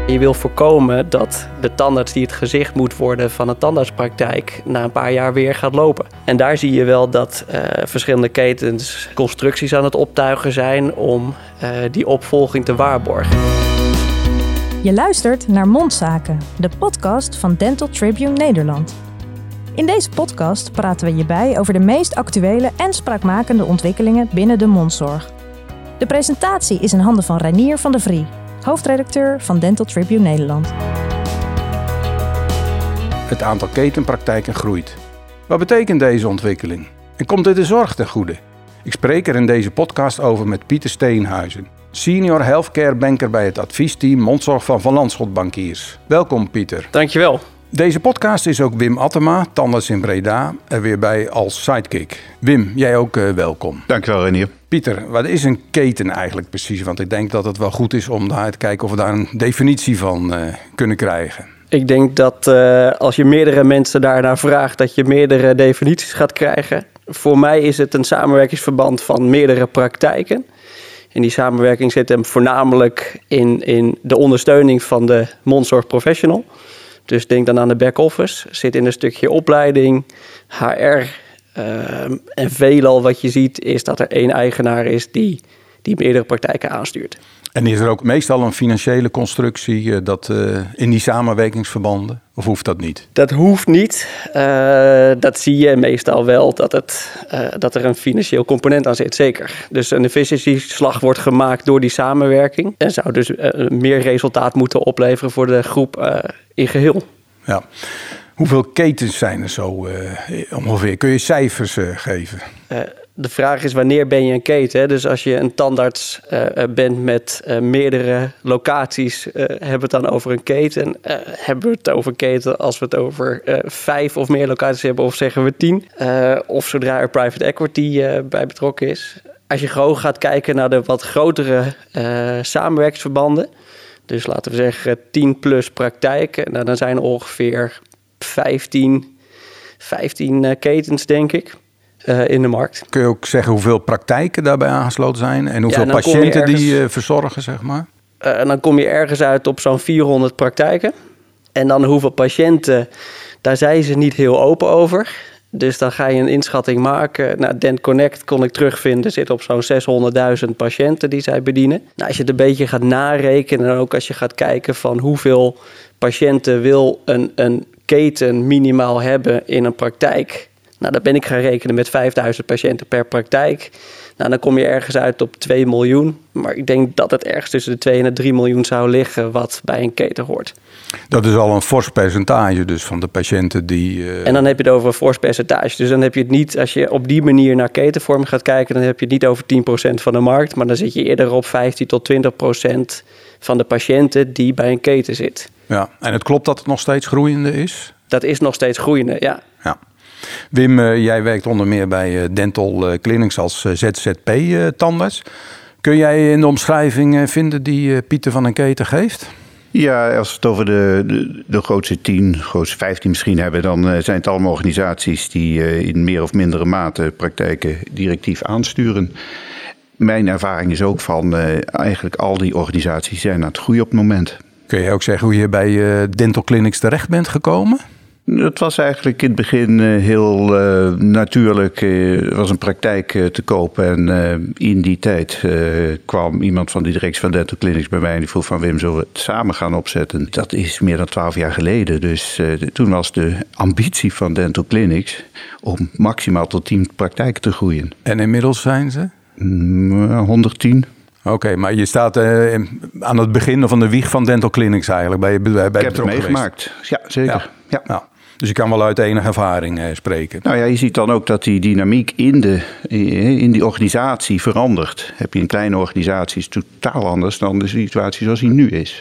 Je wil voorkomen dat de tandarts die het gezicht moet worden van een tandartspraktijk na een paar jaar weer gaat lopen. En daar zie je wel dat verschillende ketens constructies aan het optuigen zijn om die opvolging te waarborgen. Je luistert naar Mondzaken, de podcast van Dental Tribune Nederland. In deze podcast praten we je bij over de meest actuele en spraakmakende ontwikkelingen binnen de mondzorg. De presentatie is in handen van Reinier van der Vrie, hoofdredacteur van Dental Tribune Nederland. Het aantal ketenpraktijken groeit. Wat betekent deze ontwikkeling? En komt dit de zorg ten goede? Ik spreek er in deze podcast over met Pieter Steenhuizen, senior healthcare banker bij het adviesteam mondzorg van Van Lanschot Bankiers. Welkom Pieter. Dankjewel. Deze podcast is ook Wim Attema, tandarts in Breda, er weer bij als sidekick. Wim, jij ook welkom. Dankjewel Reinier. Pieter, wat is een keten eigenlijk precies? Want ik denk dat het wel goed is om daar te kijken of we daar een definitie van kunnen krijgen. Ik denk dat als je meerdere mensen daarnaar vraagt, dat je meerdere definities gaat krijgen. Voor mij is het een samenwerkingsverband van meerdere praktijken. En die samenwerking zit hem voornamelijk in de ondersteuning van de mondzorgprofessional. Dus denk dan aan de back-office. Zit in een stukje opleiding, HR. En veelal wat je ziet is dat er één eigenaar is die meerdere praktijken aanstuurt. En is er ook meestal een financiële constructie in die samenwerkingsverbanden? Of hoeft dat niet? Dat hoeft niet. Dat zie je meestal wel dat er een financieel component aan zit, zeker. Dus een efficiëntieslag wordt gemaakt door die samenwerking. En zou dus meer resultaat moeten opleveren voor de groep in geheel. Ja. Hoeveel ketens zijn er zo ongeveer? Kun je cijfers geven? De vraag is wanneer ben je een keten? Hè? Dus als je een tandarts bent met meerdere locaties, hebben we het dan over een keten? Hebben we het over keten als we het over 5 of meer locaties hebben, of zeggen we 10? Of zodra er private equity bij betrokken is. Als je gewoon gaat kijken naar de wat grotere samenwerkingsverbanden, dus laten we zeggen 10 plus praktijken, nou, dan zijn er ongeveer 15 ketens, denk ik. In de markt. Kun je ook zeggen hoeveel praktijken daarbij aangesloten zijn en hoeveel patiënten die verzorgen, zeg maar? En dan kom je ergens uit op zo'n 400 praktijken. En dan hoeveel patiënten, daar zijn ze niet heel open over. Dus dan ga je een inschatting maken. Nou, Dent Connect kon ik terugvinden, zit op zo'n 600.000 patiënten die zij bedienen. Nou, als je het een beetje gaat narekenen en ook als je gaat kijken van hoeveel patiënten wil een keten minimaal hebben in een praktijk. Nou, dan ben ik gaan rekenen met 5000 patiënten per praktijk. Nou, dan kom je ergens uit op 2 miljoen. Maar ik denk dat het ergens tussen de 2 en de 3 miljoen zou liggen wat bij een keten hoort. Dat is al een fors percentage dus van de patiënten die... En dan heb je het over een fors percentage. Dus dan heb je het niet, als je op die manier naar ketenvorming gaat kijken, dan heb je het niet over 10% van de markt. Maar dan zit je eerder op 15 tot 20% van de patiënten die bij een keten zit. Ja, en het klopt dat het nog steeds groeiende is? Dat is nog steeds groeiende, ja. Ja. Wim, jij werkt onder meer bij Dental Clinics als ZZP-tandarts. Kun jij in de omschrijving vinden die Pieter van een keten geeft? Ja, als we het over de grootste 10, grootste 15 misschien hebben, dan zijn het allemaal organisaties die in meer of mindere mate praktijken directief aansturen. Mijn ervaring is ook van eigenlijk al die organisaties zijn aan het groeien op het moment. Kun je ook zeggen hoe je bij Dental Clinics terecht bent gekomen? Het was eigenlijk in het begin heel natuurlijk. Er was een praktijk te koop en in die tijd kwam iemand van de directie van Dental Clinics bij mij en die vroeg van Wim, zullen we het samen gaan opzetten? Dat is meer dan 12 jaar geleden. Dus toen was de ambitie van Dental Clinics om maximaal tot 10 praktijken te groeien. En inmiddels zijn ze? 110. Oké, maar je staat aan het begin van de wieg van Dental Clinics eigenlijk. Bij ik heb het meegemaakt. Ja, zeker. Ja. Ja. Dus je kan wel uit enige ervaring spreken. Nou ja, je ziet dan ook dat die dynamiek in die organisatie verandert. Heb je een kleine organisatie, is totaal anders dan de situatie zoals die nu is.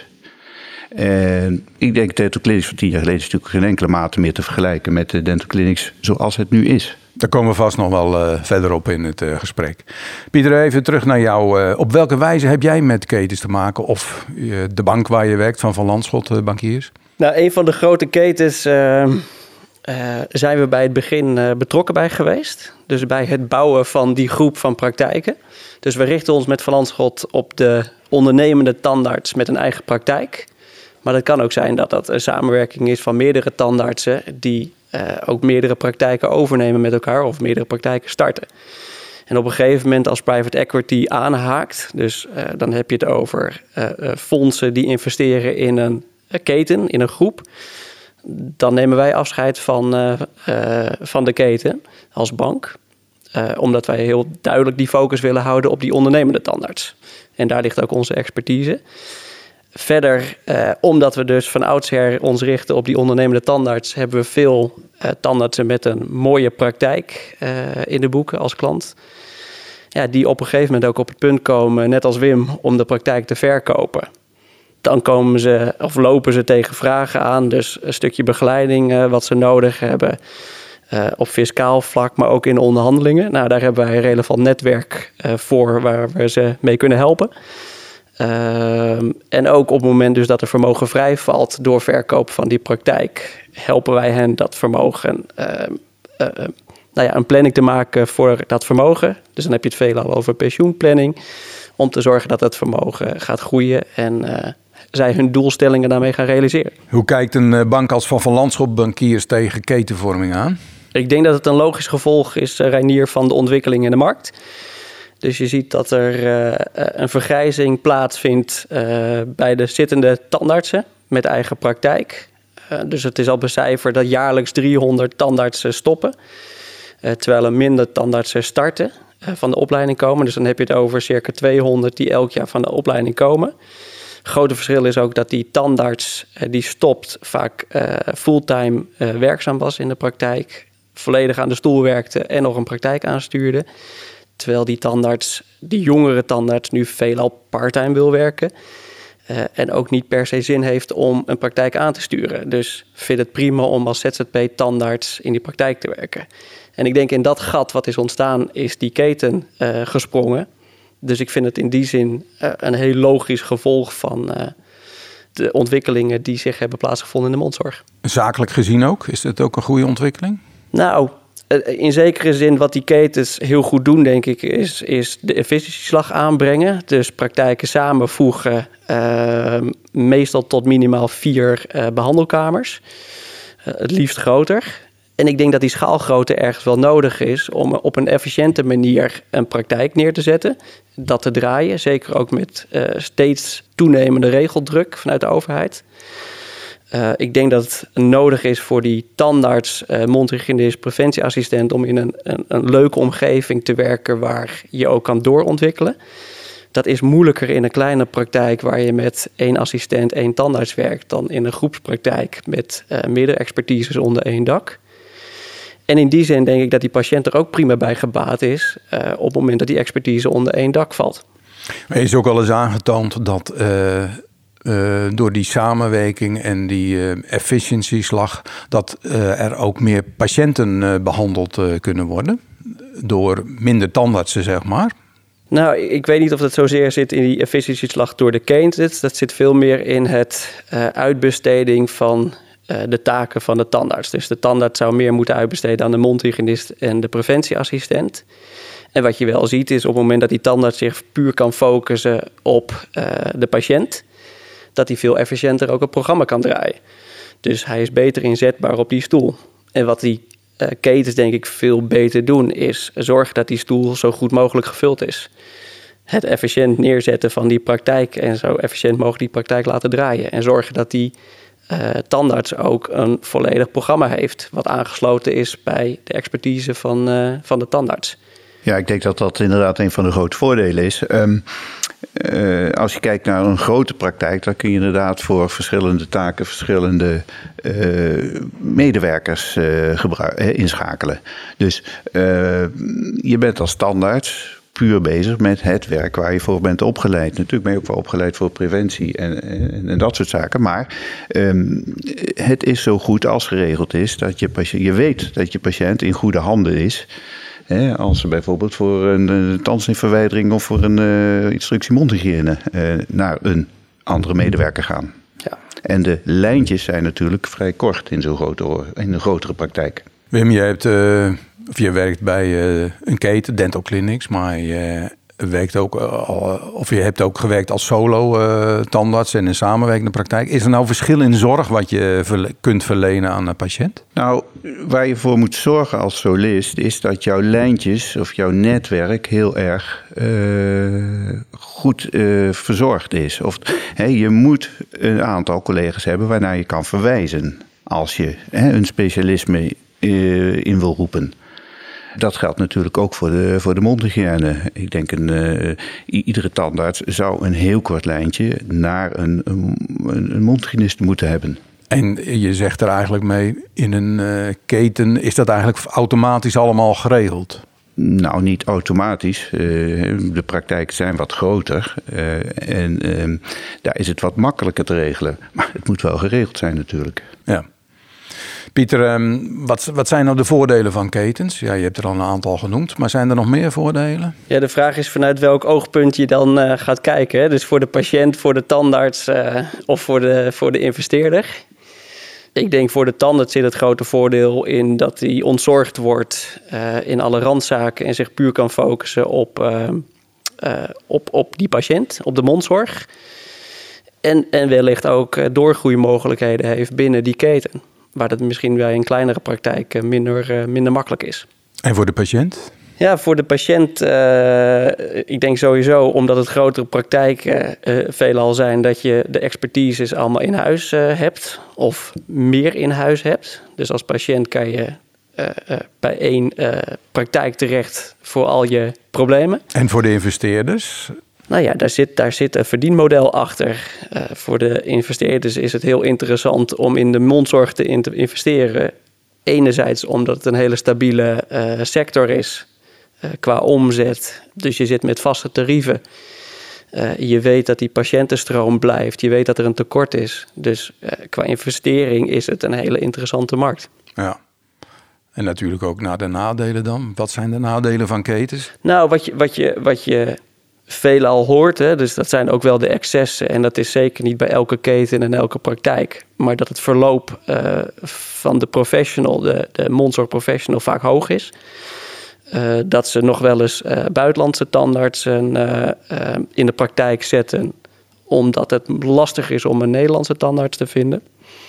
En ik denk Dental Clinics van 10 jaar geleden is natuurlijk geen enkele mate meer te vergelijken met de Dental Clinics zoals het nu is. Daar komen we vast nog wel verder op in het gesprek. Pieter, even terug naar jou. Op welke wijze heb jij met ketens te maken? Of de bank waar je werkt Van Lanschot Bankiers? Nou, een van de grote ketens zijn we bij het begin betrokken bij geweest. Dus bij het bouwen van die groep van praktijken. Dus we richten ons met Van Lanschot op de ondernemende tandarts met een eigen praktijk. Maar dat kan ook zijn dat dat een samenwerking is van meerdere tandartsen die ook meerdere praktijken overnemen met elkaar of meerdere praktijken starten. En op een gegeven moment als private equity aanhaakt, dus dan heb je het over fondsen die investeren in een keten, in een groep. Dan nemen wij afscheid van de keten als bank. Omdat wij heel duidelijk die focus willen houden op die ondernemende tandarts. En daar ligt ook onze expertise. Verder, omdat we dus van oudsher ons richten op die ondernemende tandarts, hebben we veel tandartsen met een mooie praktijk in de boeken als klant. Ja, die op een gegeven moment ook op het punt komen, net als Wim, om de praktijk te verkopen. Dan lopen ze tegen vragen aan, dus een stukje begeleiding wat ze nodig hebben. Op fiscaal vlak, maar ook in de onderhandelingen. Nou, daar hebben wij een relevant netwerk voor waar we ze mee kunnen helpen. En ook op het moment dus dat er vermogen vrij valt door verkoop van die praktijk, helpen wij hen dat vermogen, een planning te maken voor dat vermogen. Dus dan heb je het veelal over pensioenplanning, om te zorgen dat het vermogen gaat groeien en zij hun doelstellingen daarmee gaan realiseren. Hoe kijkt een bank als Van Lanschot Bankiers tegen ketenvorming aan? Ik denk dat het een logisch gevolg is, Reinier, van de ontwikkeling in de markt. Dus je ziet dat er een vergrijzing plaatsvindt bij de zittende tandartsen met eigen praktijk. Dus het is al becijferd dat jaarlijks 300 tandartsen stoppen. Terwijl er minder tandartsen starten van de opleiding komen. Dus dan heb je het over circa 200 die elk jaar van de opleiding komen. Het grote verschil is ook dat die tandarts die stopt vaak fulltime werkzaam was in de praktijk. Volledig aan de stoel werkte en nog een praktijk aanstuurde. Terwijl die jongere tandarts nu veelal parttime wil werken. En ook niet per se zin heeft om een praktijk aan te sturen. Dus vindt het prima om als ZZP-tandarts in die praktijk te werken. En ik denk in dat gat wat is ontstaan, is die keten gesprongen. Dus ik vind het in die zin een heel logisch gevolg van de ontwikkelingen die zich hebben plaatsgevonden in de mondzorg. Zakelijk gezien ook? Is dat ook een goede ontwikkeling? Nou, in zekere zin wat die ketens heel goed doen, denk ik, is de efficiëntieslag aanbrengen. Dus praktijken samenvoegen, meestal tot minimaal 4 behandelkamers. Het liefst groter. En ik denk dat die schaalgrootte ergens wel nodig is om op een efficiënte manier een praktijk neer te zetten. Dat te draaien, zeker ook met steeds toenemende regeldruk vanuit de overheid. Ik denk dat het nodig is voor die tandarts, mondhygiënist, preventieassistent om in een leuke omgeving te werken waar je ook kan doorontwikkelen. Dat is moeilijker in een kleine praktijk waar je met 1 assistent, 1 tandarts werkt dan in een groepspraktijk met meerdere expertises onder 1 dak. En in die zin denk ik dat die patiënt er ook prima bij gebaat is op het moment dat die expertise onder 1 dak valt. Maar is ook al eens aangetoond dat door die samenwerking en die efficiëntieslag, dat er ook meer patiënten behandeld kunnen worden door minder tandartsen, zeg maar? Nou, ik weet niet of dat zozeer zit in die efficiëntieslag door de keten. Dat zit veel meer in het uitbesteding van de taken van de tandarts. Dus de tandarts zou meer moeten uitbesteden aan de mondhygiënist en de preventieassistent. En wat je wel ziet is op het moment dat die tandarts zich puur kan focussen op de patiënt, dat hij veel efficiënter ook het programma kan draaien. Dus hij is beter inzetbaar op die stoel. En wat die ketens denk ik veel beter doen, is zorgen dat die stoel zo goed mogelijk gevuld is. Het efficiënt neerzetten van die praktijk en zo efficiënt mogelijk die praktijk laten draaien. En zorgen dat die tandarts ook een volledig programma heeft, wat aangesloten is bij de expertise van de tandarts. Ja, ik denk dat dat inderdaad een van de grote voordelen is. Als je kijkt naar een grote praktijk, dan kun je inderdaad voor verschillende taken verschillende medewerkers inschakelen. Dus je bent als tandarts puur bezig met het werk waar je voor bent opgeleid. Natuurlijk ben je ook wel opgeleid voor preventie en dat soort zaken. Maar het is zo goed als geregeld is dat je weet dat je patiënt in goede handen is. Als ze bijvoorbeeld voor een tandsnifverwijdering of voor een instructie mondhygiëne naar een andere medewerker gaan. Ja. En de lijntjes zijn natuurlijk vrij kort in een grotere praktijk. Wim, je werkt bij een keten, Dental Clinics, maar je werkt ook, of je hebt ook gewerkt als solo-tandarts en in samenwerkende praktijk. Is er nou verschil in zorg wat je kunt verlenen aan een patiënt? Nou, waar je voor moet zorgen als solist is dat jouw lijntjes of jouw netwerk heel erg goed verzorgd is. Of je moet een aantal collega's hebben waarnaar je kan verwijzen als je een specialisme in wil roepen. Dat geldt natuurlijk ook voor de mondhygiëne. Ik denk iedere tandarts zou een heel kort lijntje naar een mondhygiënist moeten hebben. En je zegt er eigenlijk mee, in een keten is dat eigenlijk automatisch allemaal geregeld? Nou, niet automatisch. De praktijken zijn wat groter. En daar is het wat makkelijker te regelen. Maar het moet wel geregeld zijn natuurlijk. Ja. Pieter, wat zijn nou de voordelen van ketens? Ja, je hebt er al een aantal genoemd, maar zijn er nog meer voordelen? Ja, de vraag is vanuit welk oogpunt je dan gaat kijken. Hè? Dus voor de patiënt, voor de tandarts of voor de investeerder. Ik denk voor de tandarts zit het grote voordeel in dat hij ontzorgd wordt in alle randzaken en zich puur kan focussen op die patiënt, op de mondzorg. En wellicht ook doorgroeimogelijkheden heeft binnen die keten. Waar dat misschien bij een kleinere praktijk minder makkelijk is. En voor de patiënt? Ja, voor de patiënt, ik denk sowieso, omdat het grotere praktijken veelal zijn, dat je de expertises allemaal in huis hebt of meer in huis hebt. Dus als patiënt kan je bij één praktijk terecht voor al je problemen. En voor de investeerders? Nou ja, daar zit een verdienmodel achter. Voor de investeerders is het heel interessant om in de mondzorg te investeren. Enerzijds omdat het een hele stabiele sector is qua omzet. Dus je zit met vaste tarieven. Je weet dat die patiëntenstroom blijft. Je weet dat er een tekort is. Dus qua investering is het een hele interessante markt. Ja. En natuurlijk ook naar de nadelen dan. Wat zijn de nadelen van ketens? Nou, wat je veelal hoort, hè, dus dat zijn ook wel de excessen. En dat is zeker niet bij elke keten en elke praktijk. Maar dat het verloop van de professional, de mondzorgprofessional, vaak hoog is. Dat ze nog wel eens buitenlandse tandartsen in de praktijk zetten, omdat het lastig is om een Nederlandse tandarts te vinden.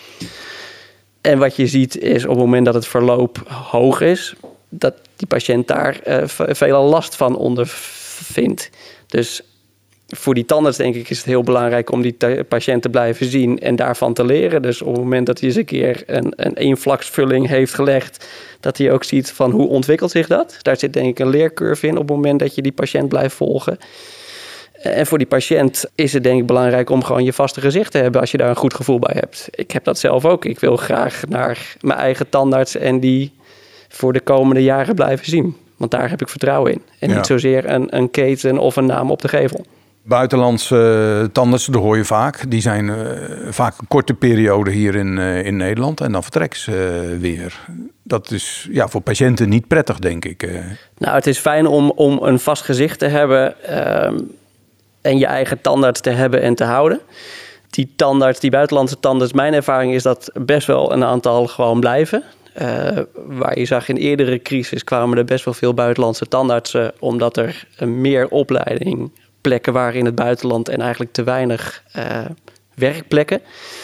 En wat je ziet is op het moment dat het verloop hoog is, dat die patiënt daar veelal last van ondervindt. Dus voor die tandarts denk ik is het heel belangrijk om die patiënt te blijven zien en daarvan te leren. Dus op het moment dat hij eens een keer een eenvlaksvulling heeft gelegd, dat hij ook ziet van hoe ontwikkelt zich dat. Daar zit denk ik een leercurve in op het moment dat je die patiënt blijft volgen. En voor die patiënt is het denk ik belangrijk om gewoon je vaste gezicht te hebben als je daar een goed gevoel bij hebt. Ik heb dat zelf ook. Ik wil graag naar mijn eigen tandarts en die voor de komende jaren blijven zien. Want daar heb ik vertrouwen in. En niet zozeer een keten of een naam op de gevel. Buitenlandse tandartsen, dat hoor je vaak. Die zijn vaak een korte periode hier in Nederland en dan vertrekken ze weer. Dat is voor patiënten niet prettig, denk ik. Nou, het is fijn om een vast gezicht te hebben en je eigen tandarts te hebben en te houden. Die buitenlandse tandarts, mijn ervaring is dat best wel een aantal gewoon blijven. Waar je zag in eerdere crisis kwamen er best wel veel buitenlandse tandartsen, omdat er meer opleidingplekken waren in het buitenland en eigenlijk te weinig werkplekken.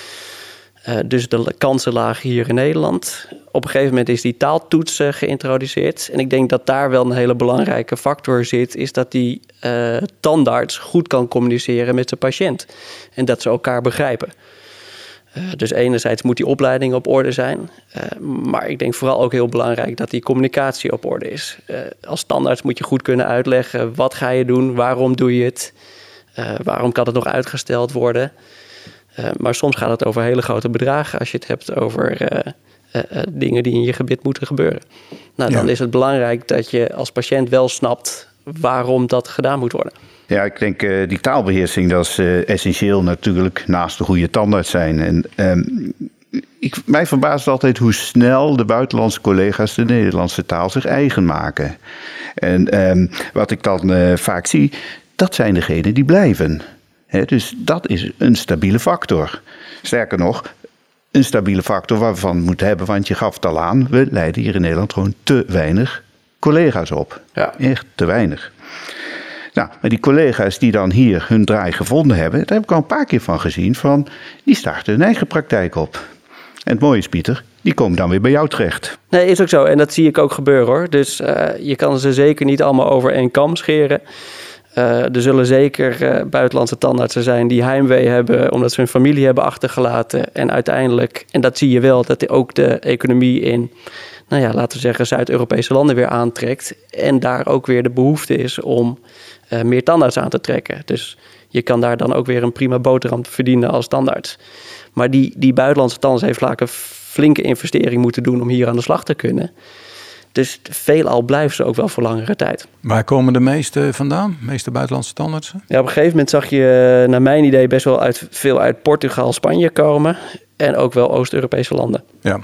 Dus de kansen lagen hier in Nederland. Op een gegeven moment is die taaltoets geïntroduceerd. En ik denk dat daar wel een hele belangrijke factor zit, is dat die tandarts goed kan communiceren met zijn patiënt. En dat ze elkaar begrijpen. Dus enerzijds moet die opleiding op orde zijn. Maar ik denk vooral ook heel belangrijk dat die communicatie op orde is. Als tandarts moet je goed kunnen uitleggen, wat ga je doen, waarom doe je het, waarom kan het nog uitgesteld worden. Maar soms gaat het over hele grote bedragen als je het hebt over dingen die in je gebit moeten gebeuren. Nou, dan is het belangrijk dat je als patiënt wel snapt waarom dat gedaan moet worden. Ja, ik denk die taalbeheersing, dat is essentieel natuurlijk naast de goede tandarts zijn. En mij verbaast altijd hoe snel de buitenlandse collega's de Nederlandse taal zich eigen maken. En wat ik dan vaak zie, dat zijn degenen die blijven. Dus dat is een stabiele factor. Sterker nog, een stabiele factor waar we van moeten hebben, want je gaf het al aan, we leiden hier in Nederland gewoon te weinig collega's op. Ja. Echt te weinig. Nou, maar die collega's die dan hier hun draai gevonden hebben, daar heb ik al een paar keer van gezien, die starten hun eigen praktijk op. En het mooie is, Pieter, die komen dan weer bij jou terecht. Nee, is ook zo. En dat zie ik ook gebeuren, hoor. Dus je kan ze zeker niet allemaal over één kam scheren. Er zullen zeker buitenlandse tandartsen zijn die heimwee hebben omdat ze hun familie hebben achtergelaten. En uiteindelijk, en dat zie je wel, dat ook de economie in, laten we zeggen, Zuid-Europese landen weer aantrekt. En daar ook weer de behoefte is om meer tandarts aan te trekken. Dus je kan daar dan ook weer een prima boterham verdienen als tandarts. Maar die buitenlandse tandarts heeft vaak een flinke investering moeten doen om hier aan de slag te kunnen. Dus veelal blijven ze ook wel voor langere tijd. Waar komen de meeste vandaan? De meeste buitenlandse tandartsen? Ja, op een gegeven moment zag je, naar mijn idee, best wel veel uit Portugal, Spanje komen. En ook wel Oost-Europese landen. Ja.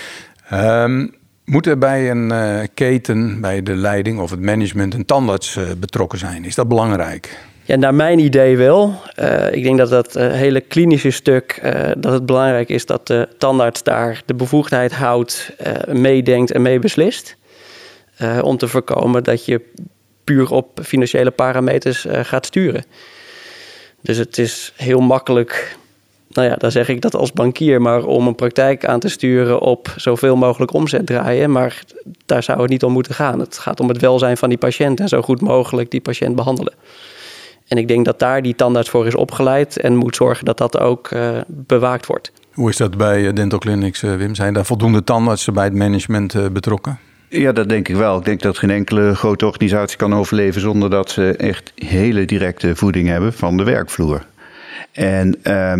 Moet er bij een keten, bij de leiding of het management, een tandarts betrokken zijn? Is dat belangrijk? Ja, naar mijn idee wel. Ik denk dat hele klinische stuk, dat het belangrijk is dat de tandarts daar de bevoegdheid houdt, meedenkt en meebeslist. Om te voorkomen dat je puur op financiële parameters gaat sturen. Dus het is heel makkelijk, dan zeg ik dat als bankier, maar om een praktijk aan te sturen op zoveel mogelijk omzet draaien. Maar daar zou het niet om moeten gaan. Het gaat om het welzijn van die patiënt en zo goed mogelijk die patiënt behandelen. En ik denk dat daar die tandarts voor is opgeleid en moet zorgen dat dat ook bewaakt wordt. Hoe is dat bij dental clinics, Wim? Zijn daar voldoende tandartsen bij het management betrokken? Ja, dat denk ik wel. Ik denk dat geen enkele grote organisatie kan overleven zonder dat ze echt hele directe voeding hebben van de werkvloer. En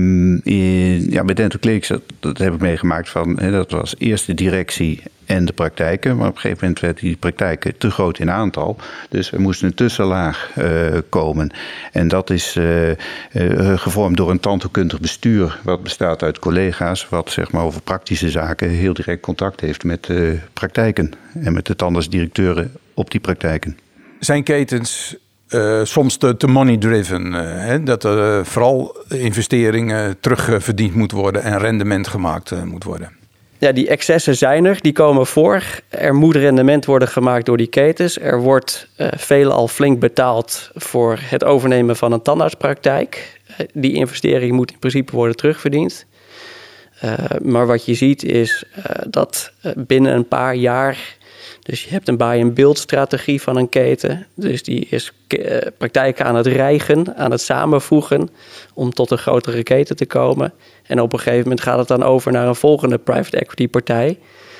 bij dental clinics, dat heb ik meegemaakt dat was eerst de directie en de praktijken. Maar op een gegeven moment werden die praktijken te groot in aantal. Dus er moest een tussenlaag komen. En dat is gevormd door een tandheelkundig bestuur. Wat bestaat uit collega's. Wat zeg maar over praktische zaken heel direct contact heeft met de praktijken. En met de tandartsdirecteuren op die praktijken. Zijn ketens soms te money-driven? Dat er vooral investeringen terugverdiend moet worden en rendement gemaakt moet worden? Ja, die excessen zijn er, die komen voor. Er moet rendement worden gemaakt door die ketens. Er wordt veelal flink betaald voor het overnemen van een tandartspraktijk. Die investering moet in principe worden terugverdiend. Maar wat je ziet is dat binnen een paar jaar, dus je hebt een buy-and-build strategie van een keten. Dus die is praktijken aan het rijgen, aan het samenvoegen om tot een grotere keten te komen. En op een gegeven moment gaat het dan over naar een volgende private equity partij.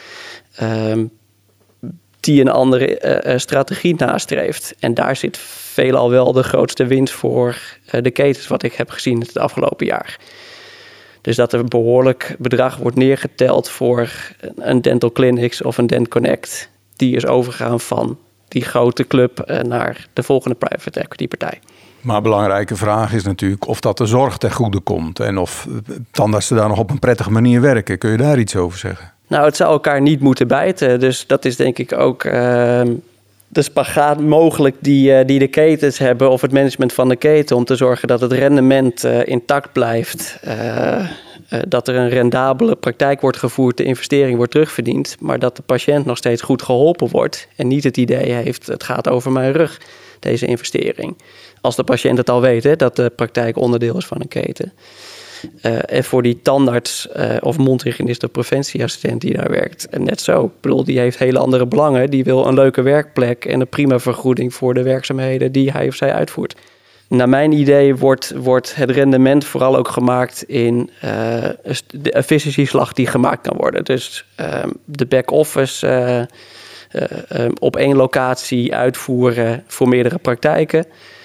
Die een andere strategie nastreeft. En daar zit veelal wel de grootste winst voor de ketens, wat ik heb gezien het afgelopen jaar. Dus dat er een behoorlijk bedrag wordt neergeteld voor een Dental Clinics of een Dent Connect. Die is overgegaan van die grote club naar de volgende private equity partij. Maar een belangrijke vraag is natuurlijk of dat de zorg ten goede komt. En of tandartsen daar nog op een prettige manier werken. Kun je daar iets over zeggen? Nou, het zou elkaar niet moeten bijten. Dus dat is denk ik ook de spagaat mogelijk die de ketens hebben. Of het management van de keten. Om te zorgen dat het rendement intact blijft. Dat er een rendabele praktijk wordt gevoerd. De investering wordt terugverdiend. Maar dat de patiënt nog steeds goed geholpen wordt. En niet het idee heeft, het gaat over mijn rug, deze investering. Als de patiënt het al weet, dat de praktijk onderdeel is van een keten. En voor die tandarts of mondhygiënist of preventieassistent die daar werkt. En net zo. Ik bedoel, die heeft hele andere belangen. Die wil een leuke werkplek en een prima vergoeding voor de werkzaamheden die hij of zij uitvoert. Naar mijn idee wordt het rendement vooral ook gemaakt in de efficiëntieslag die gemaakt kan worden. Dus de back-office op één locatie uitvoeren voor meerdere praktijken.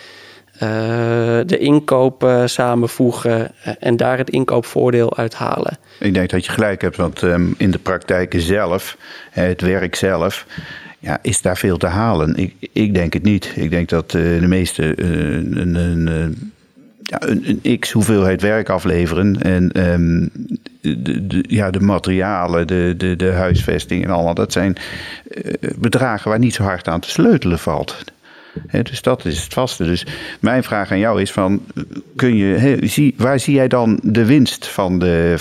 De inkoop samenvoegen en daar het inkoopvoordeel uithalen. Ik denk dat je gelijk hebt, want in de praktijken zelf, het werk zelf, ja, is daar veel te halen. Ik denk het niet. Ik denk dat de meeste een x hoeveelheid werk afleveren. En de materialen, de huisvesting en allemaal, dat zijn bedragen waar niet zo hard aan te sleutelen valt. Dus dat is het vaste. Dus mijn vraag aan jou is van, waar zie jij dan de winst van de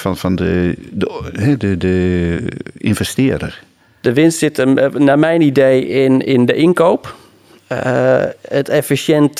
investeerder? De winst zit naar mijn idee in de inkoop. het efficiënt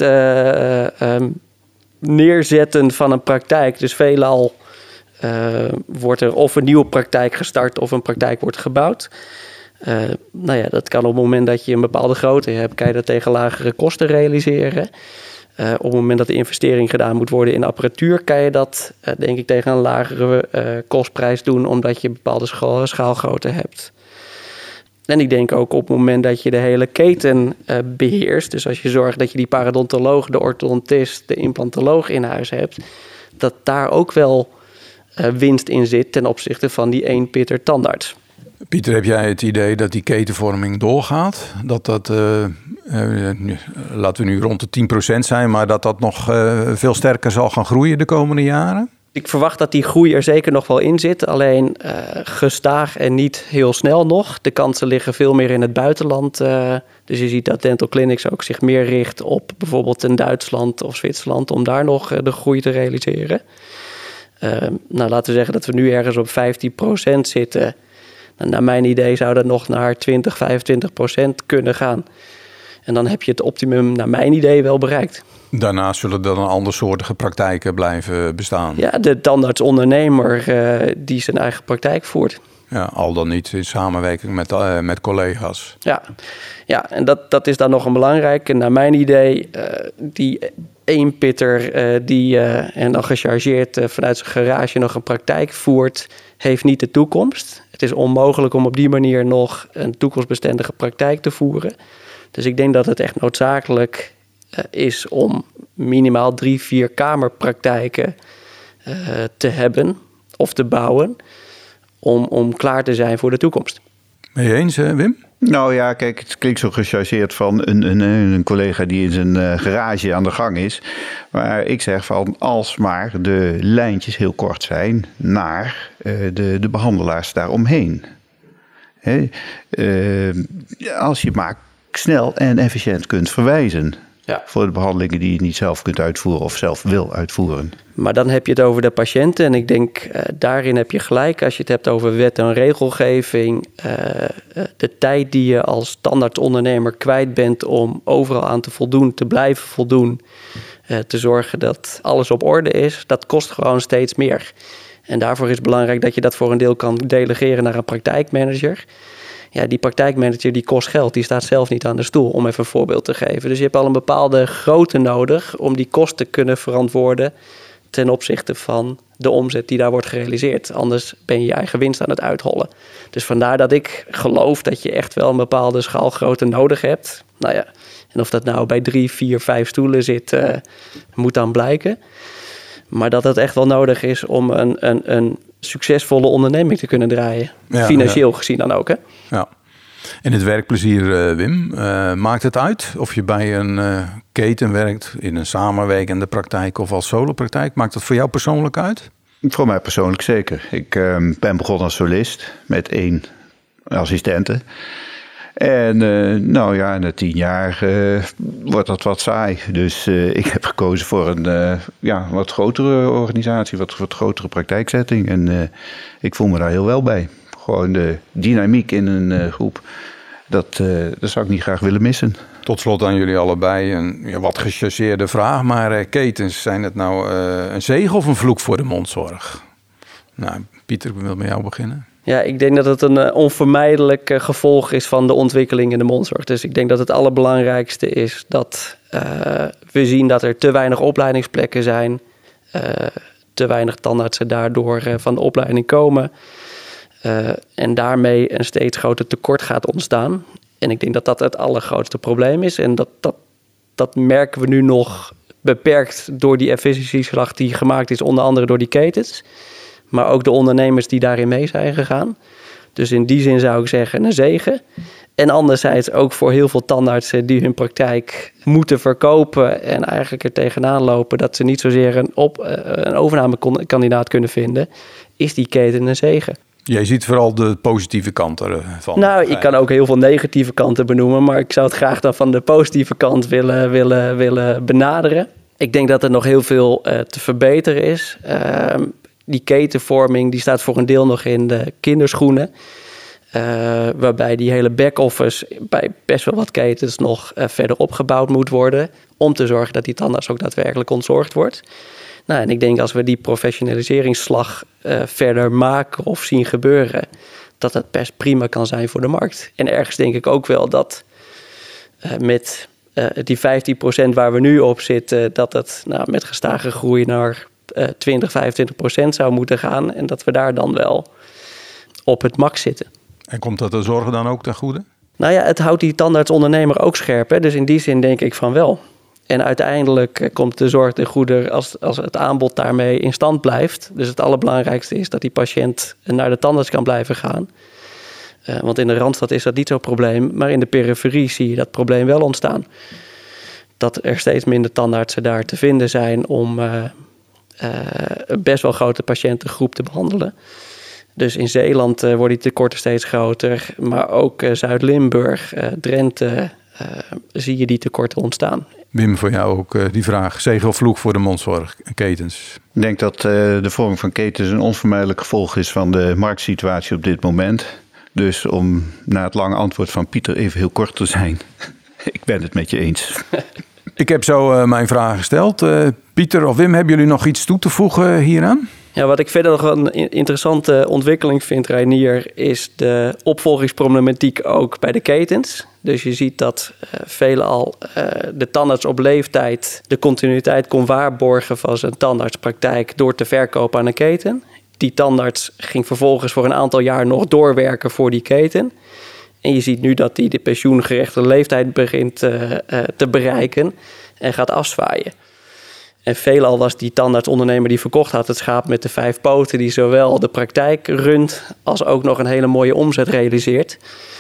neerzetten van een praktijk. Dus veelal wordt er of een nieuwe praktijk gestart of een praktijk wordt gebouwd. Dat kan op het moment dat je een bepaalde grootte hebt, kan je dat tegen lagere kosten realiseren. Op het moment dat de investering gedaan moet worden in apparatuur, kan je dat denk ik tegen een lagere kostprijs doen, omdat je een bepaalde schaalgrootte hebt. En ik denk ook op het moment dat je de hele keten beheerst, dus als je zorgt dat je die parodontoloog, de orthodontist, de implantoloog in huis hebt, dat daar ook wel winst in zit ten opzichte van die 1 pitter tandarts. Pieter, heb jij het idee dat die ketenvorming doorgaat? Laten we nu rond de 10% zijn, maar dat nog veel sterker zal gaan groeien de komende jaren? Ik verwacht dat die groei er zeker nog wel in zit. Alleen gestaag en niet heel snel nog. De kansen liggen veel meer in het buitenland. Dus je ziet dat Dental Clinics ook zich meer richt op bijvoorbeeld in Duitsland of Zwitserland, om daar nog de groei te realiseren. Laten we zeggen dat we nu ergens op 15% zitten. Naar mijn idee zou dat nog naar 20-25% kunnen gaan. En dan heb je het optimum, naar mijn idee, wel bereikt. Daarnaast zullen er dan andersoortige praktijken blijven bestaan. Ja, de tandartsondernemer die zijn eigen praktijk voert. Ja, al dan niet in samenwerking met collega's. Ja, en dat is dan nog een belangrijke. Naar mijn idee, die 1 pitter en dan gechargeerd vanuit zijn garage nog een praktijk voert, heeft niet de toekomst. Het is onmogelijk om op die manier nog een toekomstbestendige praktijk te voeren. Dus ik denk dat het echt noodzakelijk is om minimaal 3-4 kamerpraktijken te hebben of te bouwen om klaar te zijn voor de toekomst. Ben je eens, Wim? Nou ja, kijk, het klinkt zo gechargeerd van een collega die in zijn garage aan de gang is. Maar ik zeg van, als maar de lijntjes heel kort zijn naar de behandelaars daaromheen. Als je maar snel en efficiënt kunt verwijzen. Ja. Voor de behandelingen die je niet zelf kunt uitvoeren of zelf wil uitvoeren. Maar dan heb je het over de patiënten. En ik denk, daarin heb je gelijk. Als je het hebt over wet en regelgeving. De tijd die je als tandartsondernemer kwijt bent om overal aan te voldoen, te blijven voldoen. Te zorgen dat alles op orde is. Dat kost gewoon steeds meer. En daarvoor is het belangrijk dat je dat voor een deel kan delegeren naar een praktijkmanager. Ja, die praktijkmanager die kost geld, die staat zelf niet aan de stoel, om even een voorbeeld te geven. Dus je hebt al een bepaalde grootte nodig om die kosten te kunnen verantwoorden ten opzichte van de omzet die daar wordt gerealiseerd. Anders ben je je eigen winst aan het uithollen. Dus vandaar dat ik geloof dat je echt wel een bepaalde schaalgrootte nodig hebt. Nou ja, en of dat nou bij 3, 4, 5 stoelen zit, moet dan blijken. Maar dat het echt wel nodig is om een succesvolle onderneming te kunnen draaien. Ja, financieel gezien dan ook, hè? Ja. En het werkplezier, Wim, maakt het uit of je bij een keten werkt, in een samenwerkende praktijk of als solopraktijk? Maakt dat voor jou persoonlijk uit? Voor mij persoonlijk zeker. Ik ben begonnen als solist met 1 assistente. En na 10 jaar wordt dat wat saai. Dus ik heb gekozen voor een wat grotere organisatie, wat grotere praktijkzetting. En ik voel me daar heel wel bij. Gewoon de dynamiek in een groep, dat zou ik niet graag willen missen. Tot slot aan jullie allebei een wat gechargeerde vraag. Maar ketens, zijn het nou een zegen of een vloek voor de mondzorg? Nou, Pieter, ik wil met jou beginnen. Ja, ik denk dat het een onvermijdelijk gevolg is van de ontwikkeling in de mondzorg. Dus ik denk dat het allerbelangrijkste is dat we zien dat er te weinig opleidingsplekken zijn. Te weinig tandartsen daardoor van de opleiding komen. En daarmee een steeds groter tekort gaat ontstaan. En ik denk dat dat het allergrootste probleem is. En dat merken we nu nog beperkt door die efficiëntieslag die gemaakt is, onder andere door die ketens. Maar ook de ondernemers die daarin mee zijn gegaan. Dus in die zin zou ik zeggen een zegen. En anderzijds ook voor heel veel tandartsen die hun praktijk moeten verkopen en eigenlijk er tegenaan lopen dat ze niet zozeer een overnamekandidaat kunnen vinden, is die keten een zegen. Jij ziet vooral de positieve kanten ervan. Nou, ik kan ook heel veel negatieve kanten benoemen, maar ik zou het graag dan van de positieve kant willen benaderen. Ik denk dat er nog heel veel te verbeteren is. Die ketenvorming die staat voor een deel nog in de kinderschoenen. Waarbij die hele back-office bij best wel wat ketens nog verder opgebouwd moet worden. Om te zorgen dat die tandarts ook daadwerkelijk ontzorgd wordt. Nou, en ik denk als we die professionaliseringsslag verder maken of zien gebeuren, dat het best prima kan zijn voor de markt. En ergens denk ik ook wel dat met die 15% waar we nu op zitten, dat het met gestage groei naar 20-25% zou moeten gaan. En dat we daar dan wel op het max zitten. En komt dat de zorg dan ook ten goede? Nou ja, het houdt die tandartsondernemer ook scherp. Hè? Dus in die zin denk ik van wel. En uiteindelijk komt de zorg ten goede als het aanbod daarmee in stand blijft. Dus het allerbelangrijkste is dat die patiënt naar de tandarts kan blijven gaan. Want in de Randstad is dat niet zo'n probleem. Maar in de periferie zie je dat probleem wel ontstaan. Dat er steeds minder tandartsen daar te vinden zijn om een best wel grote patiëntengroep te behandelen. Dus in Zeeland worden die tekorten steeds groter. Maar ook Zuid-Limburg, Drenthe, zie je die tekorten ontstaan. Wim, voor jou ook die vraag. Zegen of vloek voor de mondzorgketens? Ik denk dat de vorming van ketens een onvermijdelijk gevolg is van de marktsituatie op dit moment. Dus om na het lange antwoord van Pieter even heel kort te zijn. Ik ben het met je eens. Ik heb zo mijn vraag gesteld. Pieter of Wim, hebben jullie nog iets toe te voegen hieraan? Ja, wat ik verder nog een interessante ontwikkeling vind, Reinier, is de opvolgingsproblematiek ook bij de ketens. Dus je ziet dat veelal de tandarts op leeftijd de continuïteit kon waarborgen van zijn tandartspraktijk door te verkopen aan een keten. Die tandarts ging vervolgens voor een aantal jaar nog doorwerken voor die keten. En je ziet nu dat die de pensioengerechtigde leeftijd begint te bereiken en gaat afzwaaien. En veelal was die tandartsondernemer die verkocht had het schaap met de 5 poten, die zowel de praktijk runt als ook nog een hele mooie omzet realiseert.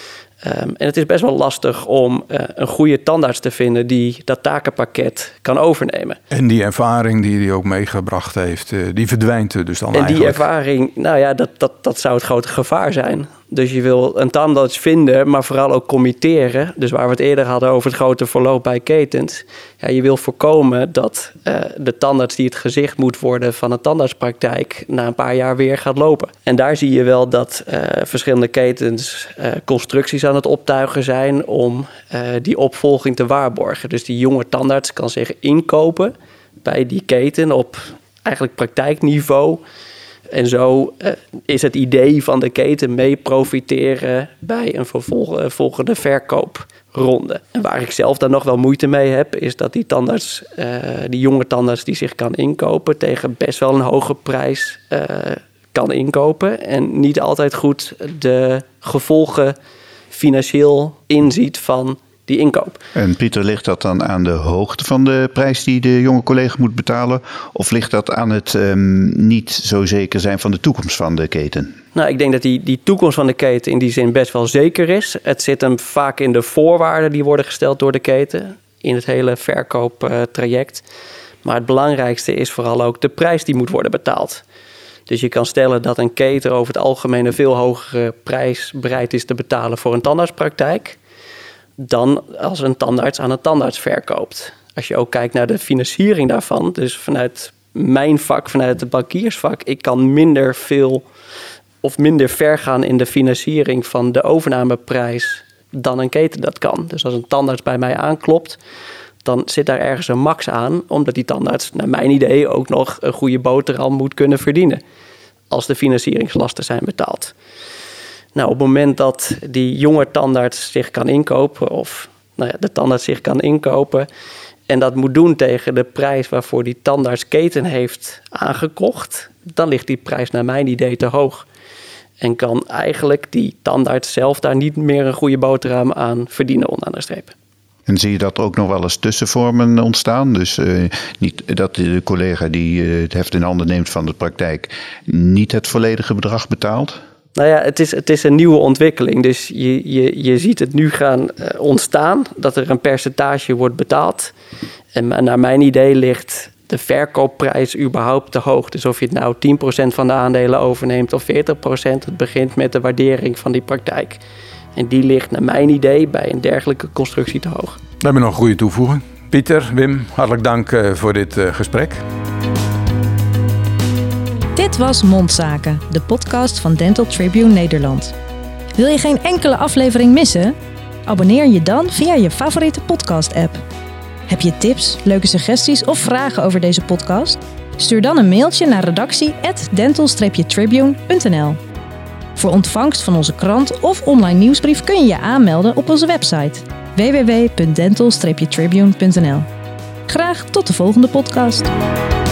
En het is best wel lastig om een goede tandarts te vinden die dat takenpakket kan overnemen. En die ervaring die hij ook meegebracht heeft, die verdwijnt dus dan en eigenlijk. En die ervaring, nou ja, dat zou het grote gevaar zijn. Dus je wil een tandarts vinden, maar vooral ook committeren. Dus waar we het eerder hadden over het grote verloop bij ketens. Ja, je wil voorkomen dat de tandarts die het gezicht moet worden van een tandartspraktijk na een paar jaar weer gaat lopen. En daar zie je wel dat verschillende ketens constructies aan het optuigen zijn om die opvolging te waarborgen. Dus die jonge tandarts kan zich inkopen bij die keten op eigenlijk praktijkniveau. En zo is het idee van de keten mee profiteren bij een volgende verkoopronde. En waar ik zelf dan nog wel moeite mee heb, is dat die tandarts, die jonge tandarts die zich kan inkopen, tegen best wel een hoge prijs kan inkopen. En niet altijd goed de gevolgen financieel inziet van die inkoop. En Pieter, ligt dat dan aan de hoogte van de prijs die de jonge collega moet betalen? Of ligt dat aan het niet zo zeker zijn van de toekomst van de keten? Nou, ik denk dat die toekomst van de keten in die zin best wel zeker is. Het zit hem vaak in de voorwaarden die worden gesteld door de keten. In het hele verkooptraject. Maar het belangrijkste is vooral ook de prijs die moet worden betaald. Dus je kan stellen dat een keten over het algemeen een veel hogere prijs bereid is te betalen voor een tandartspraktijk dan als een tandarts aan een tandarts verkoopt. Als je ook kijkt naar de financiering daarvan, dus vanuit mijn vak, vanuit het bankiersvak, ik kan minder veel of minder ver gaan in de financiering van de overnameprijs dan een keten dat kan. Dus als een tandarts bij mij aanklopt, dan zit daar ergens een max aan, omdat die tandarts, naar mijn idee, ook nog een goede boterham moet kunnen verdienen als de financieringslasten zijn betaald. Nou, op het moment dat die jonge tandarts zich kan inkopen, of de tandarts zich kan inkopen en dat moet doen tegen de prijs waarvoor die tandartsketen heeft aangekocht, dan ligt die prijs naar mijn idee te hoog. En kan eigenlijk die tandarts zelf daar niet meer een goede boterham aan verdienen onderaan de streep. En zie je dat ook nog wel eens tussenvormen ontstaan? Dus niet dat de collega die het heft in handen neemt van de praktijk niet het volledige bedrag betaalt? Nou ja, het is een nieuwe ontwikkeling. Dus je ziet het nu gaan ontstaan, dat er een percentage wordt betaald. En naar mijn idee ligt de verkoopprijs überhaupt te hoog. Dus of je het nou 10% van de aandelen overneemt of 40%, het begint met de waardering van die praktijk. En die ligt naar mijn idee bij een dergelijke constructie te hoog. We hebben nog een goede toevoeging. Pieter, Wim, hartelijk dank voor dit gesprek. Dit was Mondzaken, de podcast van Dental Tribune Nederland. Wil je geen enkele aflevering missen? Abonneer je dan via je favoriete podcast-app. Heb je tips, leuke suggesties of vragen over deze podcast? Stuur dan een mailtje naar redactie@dental-tribune.nl. Voor ontvangst van onze krant of online nieuwsbrief kun je je aanmelden op onze website www.dental-tribune.nl. Graag tot de volgende podcast.